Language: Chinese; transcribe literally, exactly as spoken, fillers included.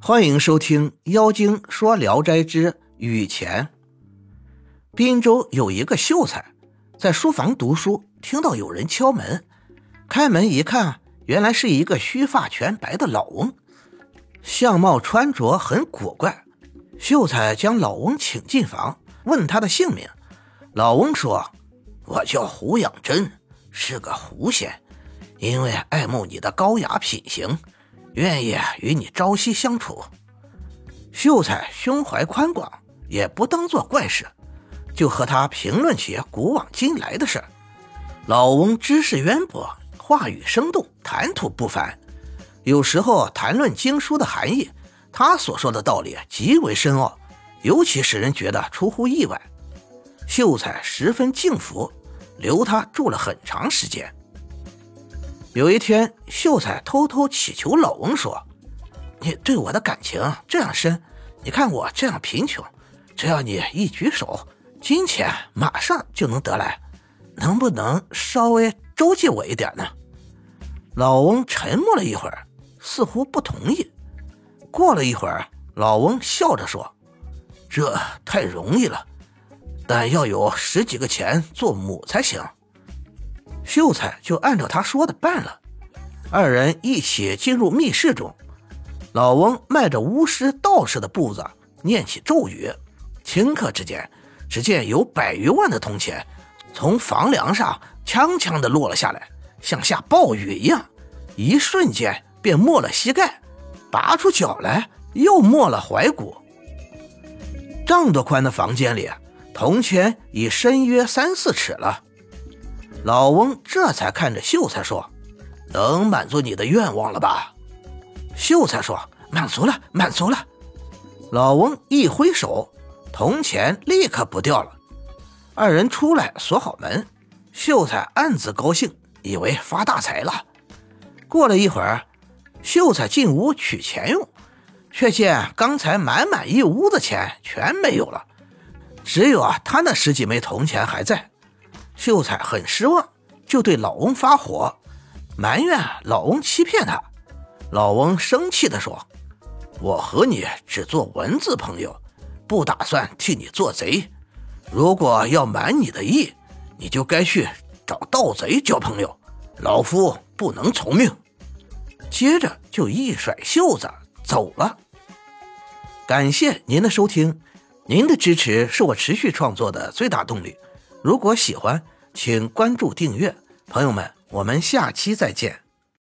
欢迎收听《妖精说聊斋之雨前》。滨州有一个秀才，在书房读书，听到有人敲门，开门一看，原来是一个须发全白的老翁，相貌穿着很古怪。秀才将老翁请进房，问他的姓名。老翁说：我叫胡养真，是个狐仙，因为爱慕你的高雅品行，愿意与你朝夕相处。秀才胸怀宽广，也不当作怪事，就和他评论起古往今来的事。老翁知识渊博，话语生动，谈吐不凡，有时候谈论经书的含义，他所说的道理极为深奥，尤其使人觉得出乎意外。秀才十分敬服，留他住了很长时间。有一天，秀才偷偷祈求老翁说：你对我的感情这样深，你看我这样贫穷，只要你一举手，金钱马上就能得来，能不能稍微周济我一点呢？老翁沉默了一会儿，似乎不同意。过了一会儿，老翁笑着说：这太容易了，但要有十几个钱做母才行。秀才就按照他说的办了，二人一起进入密室中。老翁迈着巫师道士的步子，念起咒语，顷刻之间，只见有百余万的铜钱从房梁上锵锵地落了下来，像下暴雨一样，一瞬间便没了膝盖，拔出脚来又没了踝骨。丈多宽的房间里，铜钱已深约三四尺了。老翁这才看着秀才说：能满足你的愿望了吧？秀才说：满足了，满足了。老翁一挥手，铜钱立刻不掉了。二人出来锁好门，秀才暗自高兴，以为发大财了。过了一会儿，秀才进屋取钱用，却见刚才满满一屋子钱全没有了，只有啊他那十几枚铜钱还在。秀才很失望，就对老翁发火，埋怨老翁欺骗他。老翁生气地说：我和你只做文字朋友，不打算替你做贼，如果要满你的意，你就该去找盗贼交朋友，老夫不能从命。接着就一甩袖子走了。感谢您的收听，您的支持是我持续创作的最大动力。如果喜欢，请关注订阅。朋友们，我们下期再见。